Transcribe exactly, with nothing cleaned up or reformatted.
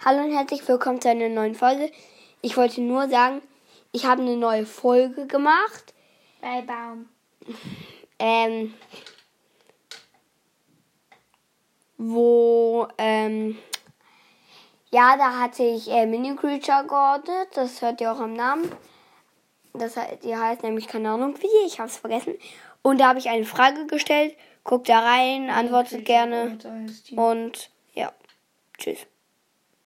Hallo und herzlich willkommen zu einer neuen Folge. Ich wollte nur sagen, ich habe eine neue Folge gemacht. Bei Baum. Ähm, wo, ähm, ja, da hatte ich äh, Mini-Creature geordnet. Das hört ihr auch am Namen. Das, die heißt nämlich, keine Ahnung wie, ich habe es vergessen. Und da habe ich eine Frage gestellt. Guckt da rein, antwortet gerne. Und ja, tschüss.